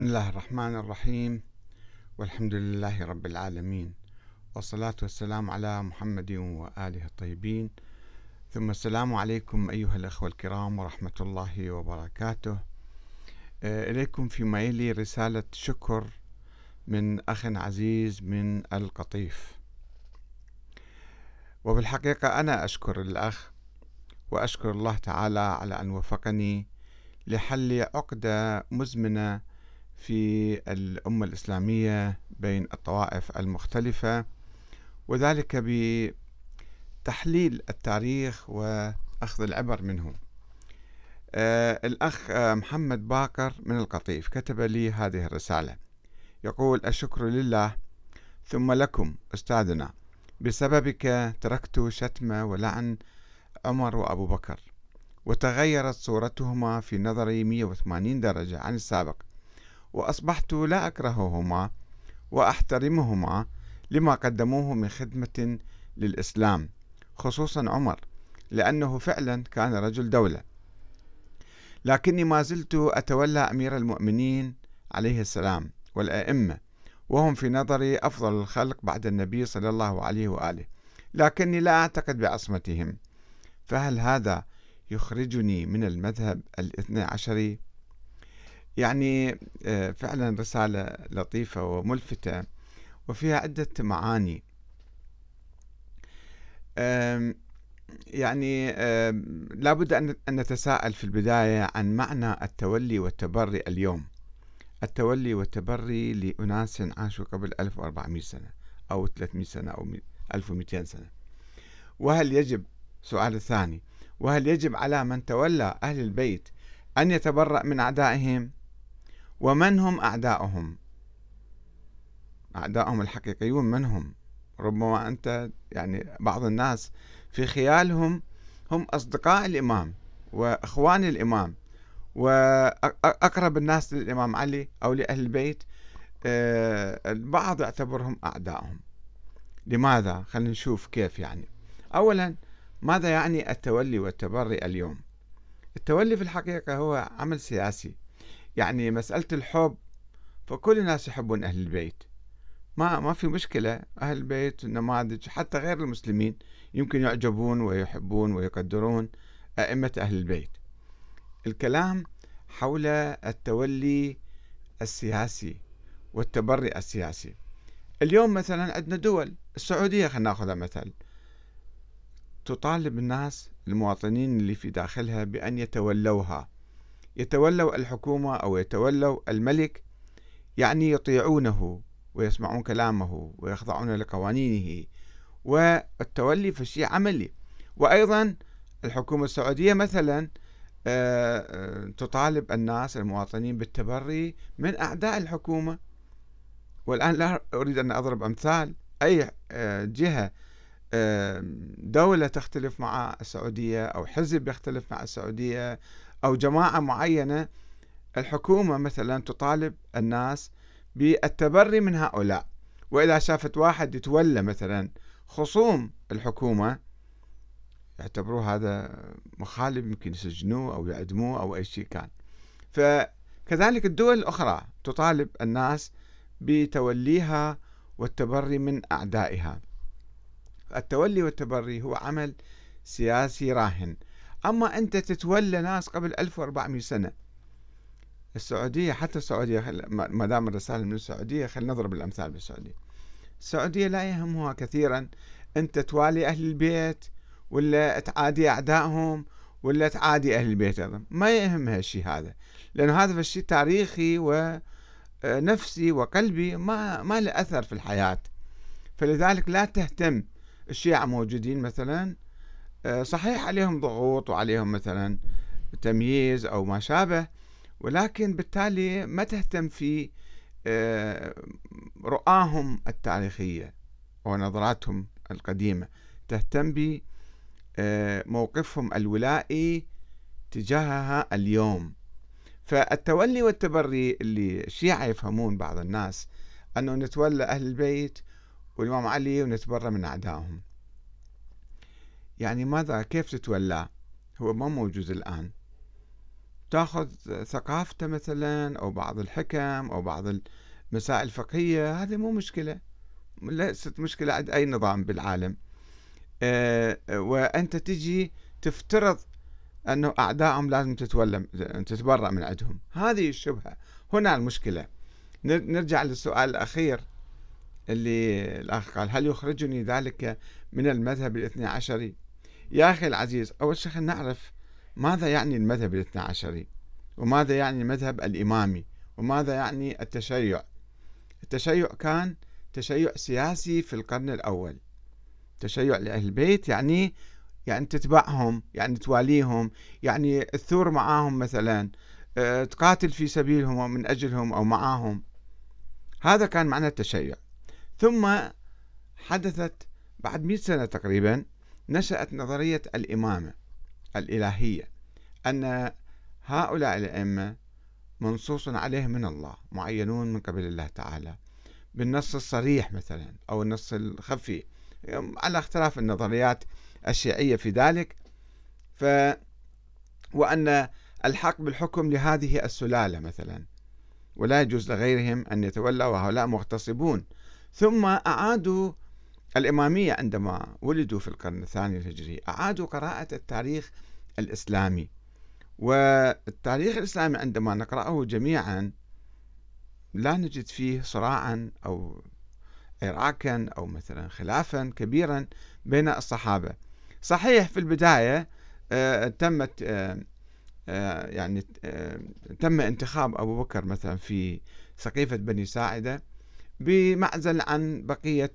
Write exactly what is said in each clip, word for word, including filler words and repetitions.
بسم الله الرحمن الرحيم، والحمد لله رب العالمين، والصلاة والسلام على محمد وآله الطيبين، ثم السلام عليكم أيها الأخوة الكرام ورحمة الله وبركاته. إليكم فيما يلي رسالة شكر من أخ عزيز من القطيف. وبالحقيقة أنا أشكر الأخ وأشكر الله تعالى على أن وفقني لحل عقدة مزمنة في الأمة الإسلامية بين الطوائف المختلفة، وذلك بتحليل التاريخ وأخذ العبر منه. آه الأخ محمد باقر من القطيف كتب لي هذه الرسالة، يقول: الشكر لله ثم لكم أستاذنا، بسببك تركت شتم ولعن عمر وأبو بكر، وتغيرت صورتهما في نظري مئة وثمانين درجة عن السابق، وأصبحت لا أكرههما وأحترمهما لما قدموه من خدمة للإسلام، خصوصا عمر، لأنه فعلا كان رجل دولة، لكني ما زلت أتولى أمير المؤمنين عليه السلام والأئمة، وهم في نظري أفضل الخلق بعد النبي صلى الله عليه وآله، لكني لا أعتقد بعصمتهم، فهل هذا يخرجني من المذهب الاثني عشري؟ يعني فعلا رسالة لطيفة وملفتة وفيها عدة معاني. يعني لابد أن نتساءل في البداية عن معنى التولي والتبري اليوم. التولي والتبري لأناس عاشوا قبل ألف وأربعمئة سنة أو ثلاثمئة سنة أو ألف ومئتين سنة. وهل يجب، سؤال الثاني، وهل يجب على من تولى أهل البيت أن يتبرأ من أعدائهم؟ ومن هم أعداؤهم؟ أعداؤهم الحقيقيون من هم؟ ربما أنت يعني بعض الناس في خيالهم هم أصدقاء الإمام وإخوان الإمام وأقرب الناس للإمام علي أو لأهل البيت، البعض يعتبرهم أعداؤهم. لماذا؟ خلينا نشوف كيف. يعني أولا، ماذا يعني التولي والتبري اليوم؟ التولي في الحقيقة هو عمل سياسي، يعني مسألة الحب، فكل الناس يحبون أهل البيت، ما ما في مشكلة. أهل البيت نماذج، حتى غير المسلمين يمكن يعجبون ويحبون ويقدرون أئمة أهل البيت. الكلام حول التولي السياسي والتبري السياسي. اليوم مثلا عندنا دول، السعودية خلينا ناخذها مثل، تطالب الناس المواطنين اللي في داخلها بأن يتولوها، يتولوا الحكومة أو يتولوا الملك، يعني يطيعونه ويسمعون كلامه ويخضعون لقوانينه، والتولي في شيء عملي. وأيضا الحكومة السعودية مثلا تطالب الناس المواطنين بالتبري من أعداء الحكومة. والآن لا أريد أن أضرب أمثال، أي جهة، دولة تختلف مع السعودية أو حزب يختلف مع السعودية أو جماعة معينة، الحكومة مثلا تطالب الناس بالتبري من هؤلاء، وإذا شافت واحد يتولى مثلا خصوم الحكومة يعتبروه هذا مخالف، يمكن يسجنوه أو يعدموه أو أي شيء كان. فكذلك الدول الأخرى تطالب الناس بتوليها والتبري من أعدائها. التولي والتبري هو عمل سياسي راهن. أما أنت تتولى ناس قبل ألف وأربعمئة سنة، السعودية، حتى السعودية ما دام الرسالة من السعودية خلينا نضرب الأمثال بالسعودية. السعودية لا يهمها كثيرا أنت توالي أهل البيت ولا تعادي أعدائهم ولا تعادي أهل البيت، أيضا ما يهمها الشيء هذا، لأنه هذا الشيء تاريخي ونفسي وقلبي، ما ما له أثر في الحياة. فلذلك لا تهتم. الشيعة موجودين مثلا، صحيح عليهم ضغوط وعليهم مثلا تمييز أو ما شابه، ولكن بالتالي ما تهتم في رؤاهم التاريخية ونظراتهم القديمة، تهتم بموقفهم الولائي تجاهها اليوم. فالتولي والتبري اللي الشيعة يفهمون بعض الناس أنه نتولى أهل البيت والإمام علي ونتبرى من أعدائهم. يعني ماذا؟ كيف تتولى؟ هو ما موجود الآن. تأخذ ثقافته مثلا أو بعض الحكم أو بعض المسائل الفقهية، هذه مو مشكلة، ليست مشكلة عند أي نظام بالعالم. آه، وأنت تجي تفترض أنه أعدائهم لازم تتولى تتبرأ من عندهم. هذه الشبهة، هنا المشكلة. نرجع للسؤال الأخير اللي الأخ قال: هل يخرجني ذلك من المذهب الاثني عشري؟ يا أخي العزيز، أول شيء خلينا نعرف ماذا يعني المذهب الاثني عشري، وماذا يعني المذهب الإمامي، وماذا يعني التشيع. التشيع كان تشيع سياسي في القرن الأول. تشيع لأهل البيت يعني يعني تتبعهم، يعني تواليهم، يعني تثور معاهم مثلا، أه تقاتل في سبيلهم ومن أجلهم أو معاهم. هذا كان معنى التشيع. ثم حدثت بعد مئة سنة تقريبا، نشأت نظرية الإمامة الإلهية، أن هؤلاء الأئمة منصوص عليهم من الله، معينون من قبل الله تعالى بالنص الصريح مثلا أو النص الخفي، على اختلاف النظريات الشيعية في ذلك. ف وأن الحق بالحكم لهذه السلالة مثلا، ولا يجوز لغيرهم أن يتولوا، وهؤلاء مغتصبون. ثم أعادوا الإمامية عندما ولدوا في القرن الثاني الهجري، أعادوا قراءة التاريخ الإسلامي. والتاريخ الإسلامي عندما نقرأه جميعا لا نجد فيه صراعا أو عراكا أو مثلا خلافا كبيرا بين الصحابة. صحيح في البداية آه تمت آه آه يعني آه تم انتخاب أبو بكر مثلا في سقيفة بني ساعدة بمعزل عن بقية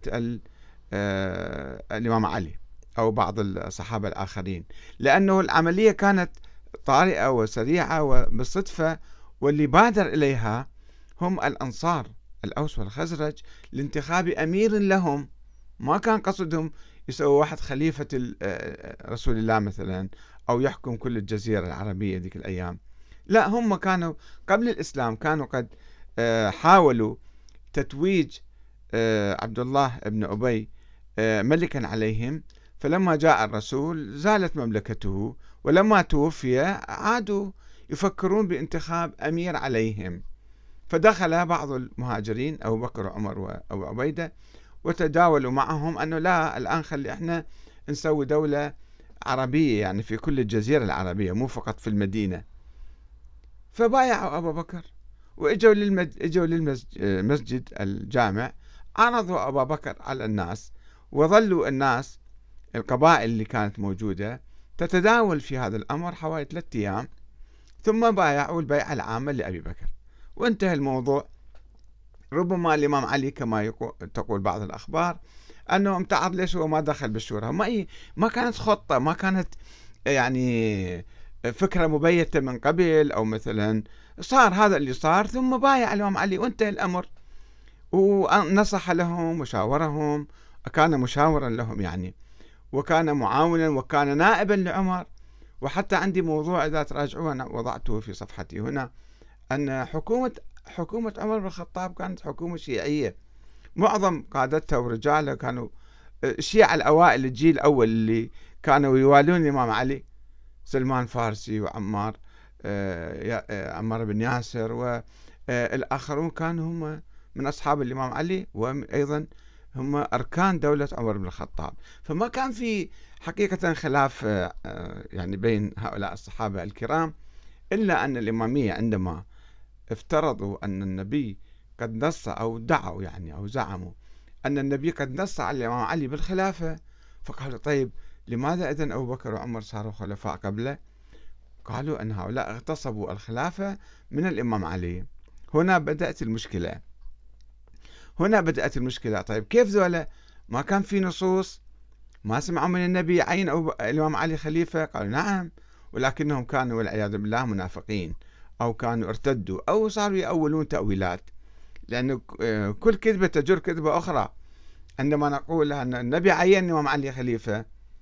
آه الإمام علي أو بعض الصحابة الآخرين، لأنه العملية كانت طارئة وسريعة وبالصدفة، واللي بادر إليها هم الأنصار الأوس والخزرج لانتخاب أمير لهم. ما كان قصدهم يسووا واحد خليفة رسول الله مثلا أو يحكم كل الجزيرة العربية ذيك الأيام. لا، هم كانوا قبل الإسلام كانوا قد حاولوا تتويج عبد الله بن أبي ملكا عليهم، فلما جاء الرسول زالت مملكته، ولما توفي عادوا يفكرون بانتخاب أمير عليهم. فدخل بعض المهاجرين أبو بكر وعمر وأبو عبيدة وتداولوا معهم أنه لا، الآن خلي إحنا نسوي دولة عربية يعني في كل الجزيرة العربية مو فقط في المدينة. فبايعوا أبو بكر وإجوا للمد... إجوا للمسجد الجامع، عرضوا أبا بكر على الناس، وظلوا الناس القبائل اللي كانت موجودة تتداول في هذا الأمر حوالي ثلاثة أيام، ثم بايعوا البيعة العامة لأبي بكر وانتهى الموضوع. ربما الإمام علي كما تقول بعض الأخبار أنه امتعض ليش هو ما دخل بالشورى. ما ما كانت خطة، ما كانت يعني فكرة مبيتة من قبل، أو مثلا صار هذا اللي صار ثم بايع الإمام علي وانتهى الأمر، ونصح لهم وشاورهم، كان مشاورا لهم يعني، وكان معاونا وكان نائبا لعمر. وحتى عندي موضوع إذا تراجعوه أنا وضعته في صفحتي هنا، أن حكومة حكومة عمر بن الخطاب كانت حكومة شيعية، معظم قادتها ورجالها كانوا الشيعة الأوائل، الجيل الأول اللي كانوا يوالون الإمام علي، سلمان فارسي وعمار عمار بن ياسر والآخرون كانوا هم من أصحاب الإمام علي، وأيضا هم أركان دولة عمر بن الخطاب. فما كان في حقيقة خلاف يعني بين هؤلاء الصحابة الكرام، إلا أن الإمامية عندما افترضوا أن النبي قد نص أو دعوا يعني أو زعموا أن النبي قد نص على الإمام علي بالخلافة، فقالوا طيب لماذا إذن أبو بكر وعمر صاروا خلفاء قبله؟ قالوا أن هؤلاء اغتصبوا الخلافة من الإمام علي. هنا بدأت المشكلة هنا بدأت المشكلة. طيب كيف ذولا ما كان في نصوص؟ ما سمعوا من النبي عين أو الإمام علي خليفة؟ قالوا نعم، ولكنهم كانوا والعياذ بالله منافقين، أو كانوا ارتدوا، أو صاروا يأولون تأويلات، لأن كل كذبة تجر كذبة أخرى. عندما نقول أن النبي عين الإمام علي خليفة،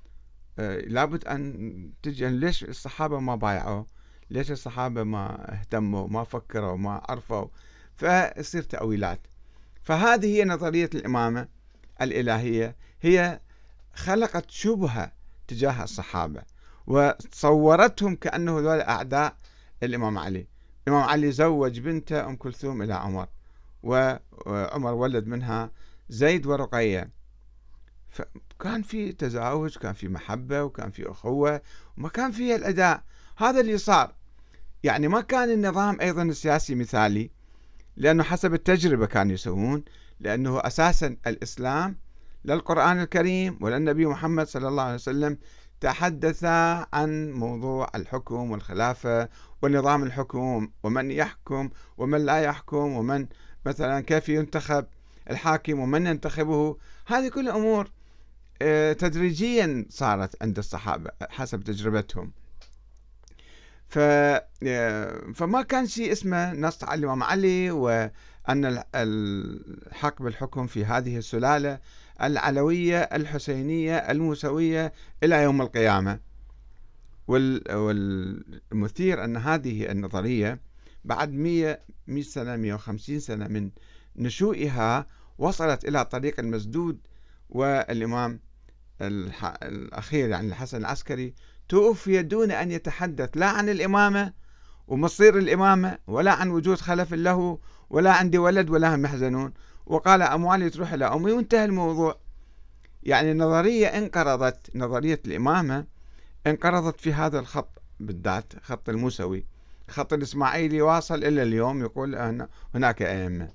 لابد أن تجي ليش الصحابة ما بايعوا؟ ليش الصحابة ما اهتموا، ما فكروا، ما عرفوا؟ فيصير تأويلات. فهذه هي نظرية الإمامة الإلهية، هي خلقت شبهة تجاه الصحابة وصورتهم كأنه ذول أعداء الإمام علي. الإمام علي زوج بنته أم كلثوم إلى عمر، وعمر ولد منها زيد ورقية. فكان في تزاوج، كان في محبة، وكان في أخوة، وما كان في الأداء هذا اللي صار. يعني ما كان النظام أيضا السياسي مثالي، لأنه حسب التجربة كانوا يسوون، لأنه أساسا الإسلام لا القرآن الكريم ولا النبي محمد صلى الله عليه وسلم تحدث عن موضوع الحكم والخلافة ونظام الحكم، ومن يحكم ومن لا يحكم، ومن مثلا كيف ينتخب الحاكم ومن ينتخبه. هذه كل أمور تدريجيا صارت عند الصحابة حسب تجربتهم. ف... فما كان شيء اسمه نص على الإمام علي وأن الحق بالحكم في هذه السلالة العلوية الحسينية الموسوية إلى يوم القيامة. وال... والمثير أن هذه النظرية بعد مئة مئة سنة مئة وخمسين سنة من نشوئها وصلت إلى طريق المسدود، والإمام الح... الأخير يعني الحسن العسكري توفي دون أن يتحدث لا عن الإمامة ومصير الإمامة، ولا عن وجود خلف له، ولا عندي ولد ولا هم يحزنون، وقال أموالي تروح إلى أمي وانتهى الموضوع. يعني النظرية انقرضت، نظرية الإمامة انقرضت في هذا الخط بالذات، خط الموسوي. خط الإسماعيلي واصل إلى اليوم، يقول أن هناك أئمة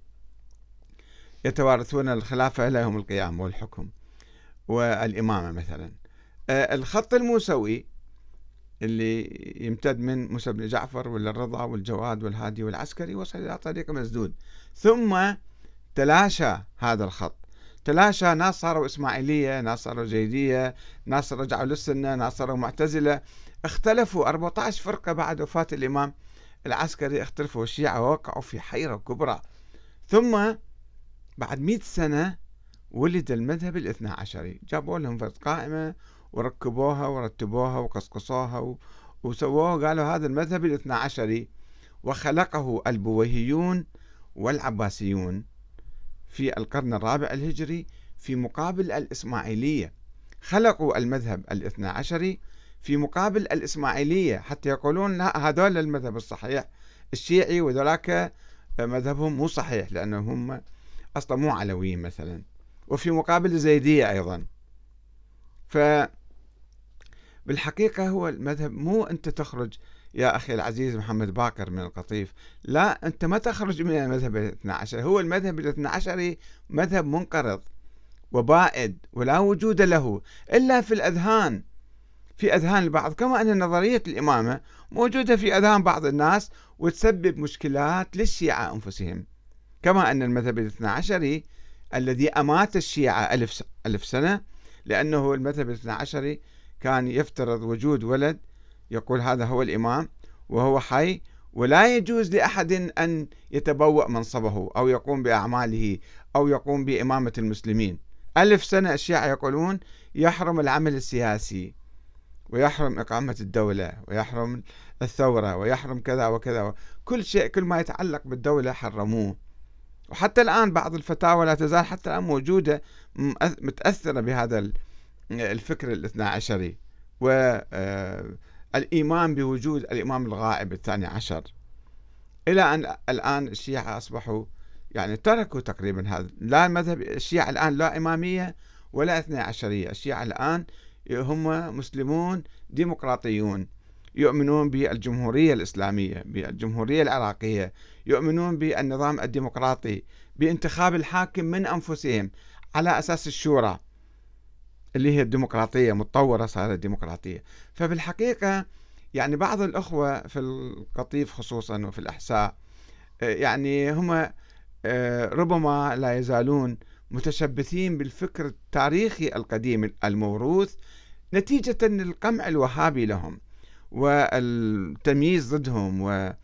يتوارثون الخلافة إلى يوم القيامة والحكم والإمامة مثلا. الخط الموسوي اللي يمتد من موسى بن جعفر والرضا والجواد والهادي والعسكري وصل إلى طريق مسدود، ثم تلاشى هذا الخط، تلاشى. ناس صاروا إسماعيلية، ناس صاروا زيدية، ناس رجعوا للسنة، ناس صاروا معتزلة، اختلفوا. أربعة عشر فرقة بعد وفاة الإمام العسكري اختلفوا الشيعة ووقعوا في حيرة كبرى. ثم بعد مئة سنة ولد المذهب الاثنى عشري، جابوا لهم فرد قائمة وركبوها ورتبوها وقصقصوها وسووها، قالوا هذا المذهب الاثنى عشري، وخلقه البويهيون والعباسيون في القرن الرابع الهجري في مقابل الإسماعيلية. خلقوا المذهب الاثنى عشري في مقابل الإسماعيلية حتى يقولون لا، هذول المذهب الصحيح الشيعي، وذلك مذهبهم مو صحيح لأنهم أصلا مو علويين مثلا، وفي مقابل الزيدية أيضا. فبالحقيقة هو المذهب مو أنت تخرج يا أخي العزيز محمد باقر من القطيف، لا، أنت ما تخرج من المذهب الاثنى عشر. هو المذهب الاثنى عشري مذهب منقرض وبائد ولا وجود له إلا في الأذهان، في أذهان البعض، كما أن نظرية الإمامة موجودة في أذهان بعض الناس وتسبب مشكلات للشيعة أنفسهم. كما أن المذهب الاثنى عشري الذي أمات الشيعة ألف, ألف سنة، لأنه المذهب الاثنى عشري كان يفترض وجود ولد يقول هذا هو الإمام وهو حي، ولا يجوز لأحد أن يتبوأ منصبه أو يقوم بأعماله أو يقوم بإمامة المسلمين. ألف سنة الشيعة يقولون يحرم العمل السياسي، ويحرم إقامة الدولة، ويحرم الثورة، ويحرم كذا وكذا، كل شيء، كل ما يتعلق بالدولة حرموه. وحتى الآن بعض الفتاوى لا تزال حتى الآن موجودة متأثرة بهذا الفكر الاثنى عشري، والإيمان بوجود الإمام الغائب الثاني عشر، إلى أن الآن الشيعة أصبحوا يعني تركوا تقريبا هذا. لا مذهب الشيعة الآن لا إمامية ولا اثنى عشرية، الشيعة الآن هم مسلمون ديمقراطيون، يؤمنون بالجمهورية الإسلامية، بالجمهورية العراقية، يؤمنون بالنظام الديمقراطي، بانتخاب الحاكم من أنفسهم على أساس الشورى اللي هي الديمقراطية متطورة صارت ديمقراطية. فبالحقيقة يعني بعض الأخوة في القطيف خصوصا وفي الأحساء يعني هم ربما لا يزالون متشبثين بالفكر التاريخي القديم الموروث نتيجة القمع الوهابي لهم والتمييز ضدهم، و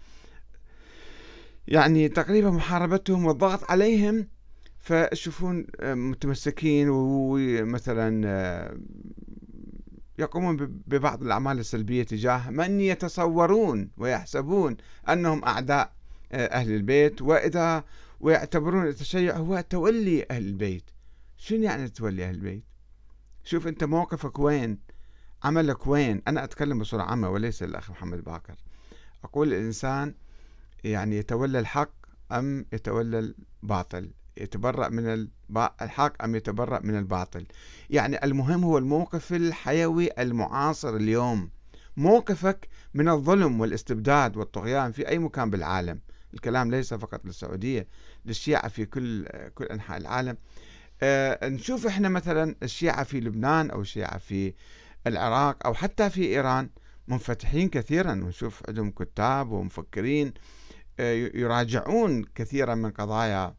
يعني تقريبا محاربتهم والضغط عليهم، فيشوفون متمسكين ومثلا يقومون ببعض الأعمال السلبية تجاه من يتصورون ويحسبون أنهم أعداء أهل البيت، وإذا ويعتبرون التشيع هو تولي أهل البيت. شنو يعني تولي أهل البيت؟ شوف أنت موقفك وين، عملك وين. أنا أتكلم بصورة عامة وليس الأخ محمد باقر. أقول الإنسان يعني يتولى الحق أم يتولى الباطل، يتبرأ من الحق أم يتبرأ من الباطل. يعني المهم هو الموقف الحيوي المعاصر اليوم، موقفك من الظلم والاستبداد والطغيان في أي مكان بالعالم. الكلام ليس فقط للسعودية، للشيعة في كل كل أنحاء العالم. آه نشوف إحنا مثلا الشيعة في لبنان أو الشيعة في العراق أو حتى في إيران منفتحين كثيرا، ونشوف عندهم كتاب ومفكرين يراجعون كثيرا من قضايا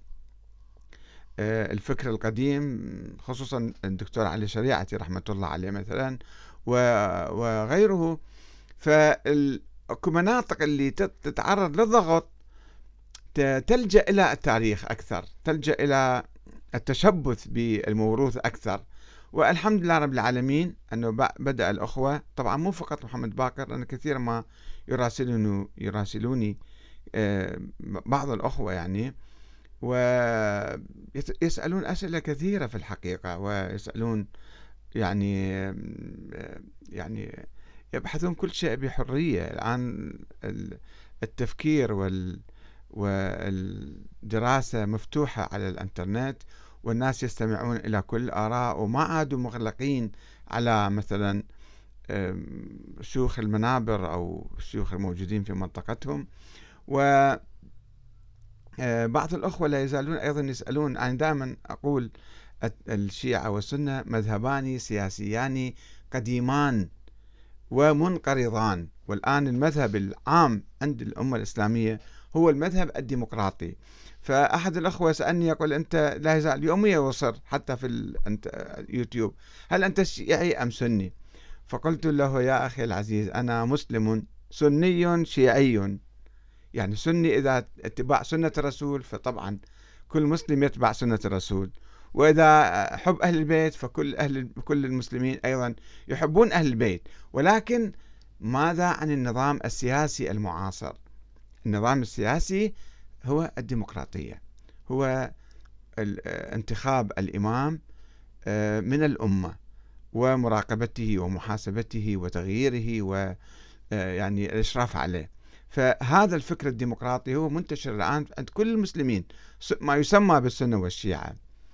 الفكر القديم، خصوصا الدكتور علي شريعتي رحمة الله عليه مثلا وغيره. فالمناطق اللي تتعرض للضغط تلجأ إلى التاريخ أكثر، تلجأ إلى التشبث بالموروث أكثر. والحمد لله رب العالمين أنه بدأ الأخوة، طبعا مو فقط محمد باقر، أنا كثير ما يراسلوني يراسلوني بعض الأخوة يعني، ويسألون أسئلة كثيرة في الحقيقة، ويسألون يعني يعني يبحثون كل شيء بحرية. الآن التفكير وال والدراسة مفتوحة على الإنترنت، والناس يستمعون إلى كل الآراء، وما عادوا مغلقين على مثلا شيوخ المنابر أو الشيوخ الموجودين في منطقتهم. وبعض الأخوة لا يزالون أيضا يسألون. أنا دائما أقول الشيعة والسنة مذهبان سياسيان قديمان ومنقرضان، والآن المذهب العام عند الأمة الإسلامية هو المذهب الديمقراطي. فأحد الأخوة سألني يقول: أنت لا يزال يوميا يوصر حتى في اليوتيوب، هل أنت شيعي أم سني؟ فقلت له: يا أخي العزيز، أنا مسلم سني شيعي. يعني سني إذا اتباع سنة الرسول، فطبعا كل مسلم يتبع سنة الرسول، وإذا حب أهل البيت فكل أهل كل المسلمين أيضا يحبون أهل البيت. ولكن ماذا عن النظام السياسي المعاصر؟ النظام السياسي هو الديمقراطية، هو انتخاب الإمام من الأمة ومراقبته ومحاسبته وتغييره ويعني الإشراف عليه. فهذا الفكر الديمقراطي هو منتشر الآن عند كل المسلمين، ما يسمى بالسنة والشيعة.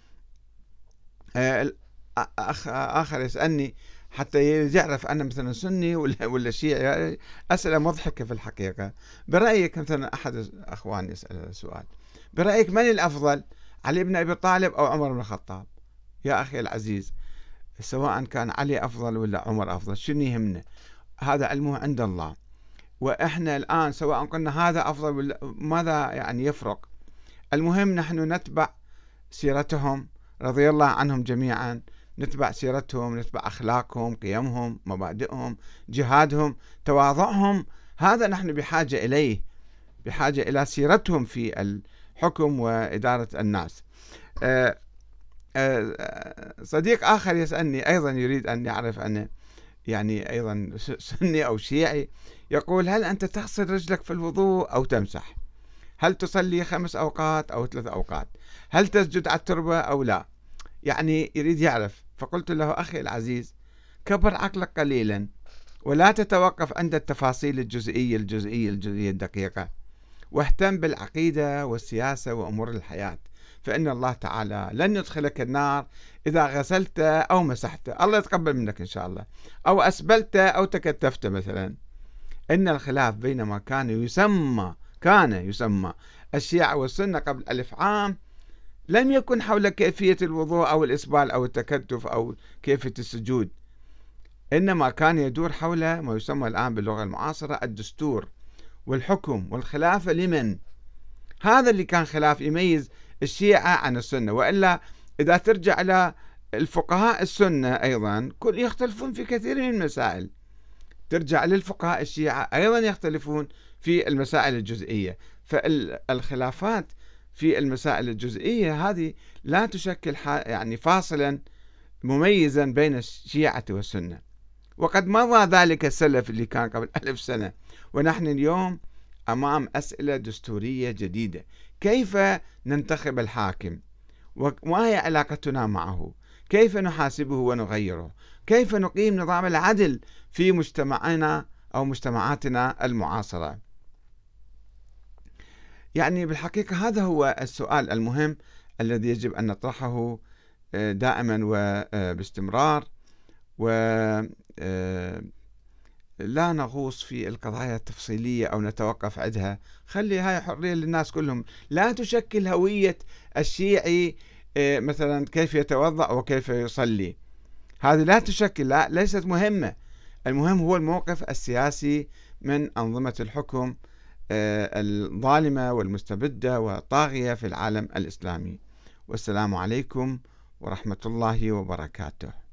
أخ آخر يسألني حتى يعرف أنا مثلا سني ولا ولا شيعي، أسئلة مضحكة في الحقيقة. برأيك مثلا أحد الأخوان يسأل سؤال: برأيك من الأفضل، علي بن أبي طالب أو عمر بن الخطاب؟ يا أخي العزيز، سواء كان علي أفضل ولا عمر أفضل، شنو يهمنا؟ هذا علمه عند الله. وإحنا الآن سواء قلنا هذا أفضل ولا ماذا يعني يفرق؟ المهم نحن نتبع سيرتهم رضي الله عنهم جميعا، نتبع سيرتهم، نتبع أخلاقهم، قيمهم، مبادئهم، جهادهم، تواضعهم. هذا نحن بحاجة إليه، بحاجة إلى سيرتهم في الحكم وإدارة الناس. صديق آخر يسألني أيضا، يريد أن يعرف أنا يعني أيضا سني أو شيعي، يقول: هل أنت تغسل رجلك في الوضوء أو تمسح؟ هل تصلي خمس أوقات أو ثلاث أوقات؟ هل تسجد على التربة أو لا؟ يعني يريد يعرف. فقلت له: أخي العزيز، كبر عقلك قليلا، ولا تتوقف عند التفاصيل الجزئية الجزئية الجزئية الدقيقة، واهتم بالعقيدة والسياسة وأمور الحياة، فإن الله تعالى لن يدخلك النار إذا غسلت أو مسحت، الله يتقبل منك إن شاء الله، أو أسبلت أو تكتفت مثلا. إن الخلاف بين ما كان يسمى كان يسمى الشيعة والسنة قبل ألف عام لم يكن حول كيفية الوضوء أو الإسبال أو التكتف أو كيفية السجود، إنما كان يدور حول ما يسمى الآن باللغة المعاصرة الدستور والحكم والخلافة لمن. هذا اللي كان خلاف يميز الشيعة عن السنة. وإلا إذا ترجع إلى الفقهاء السنة أيضا كل يختلفون في كثير من المسائل، ترجع للفقهاء الشيعة أيضا يختلفون في المسائل الجزئية. فالخلافات في المسائل الجزئية هذه لا تشكل يعني فاصلا مميزا بين الشيعة والسنة، وقد مضى ذلك السلف اللي كان قبل ألف سنة. ونحن اليوم أمام أسئلة دستورية جديدة: كيف ننتخب الحاكم؟ وما هي علاقتنا معه؟ كيف نحاسبه ونغيره؟ كيف نقيم نظام العدل في مجتمعنا أو مجتمعاتنا المعاصرة؟ يعني بالحقيقة هذا هو السؤال المهم الذي يجب أن نطرحه دائما وباستمرار، ولا نغوص في القضايا التفصيلية أو نتوقف عندها. خلي هاي حرية للناس كلهم. لا تشكل هوية الشيعي مثلا كيف يتوضأ وكيف يصلي، هذه لا تشكل، لا ليست مهمة. المهم هو الموقف السياسي من أنظمة الحكم الظالمة والمستبدة والطاغية في العالم الإسلامي. والسلام عليكم ورحمة الله وبركاته.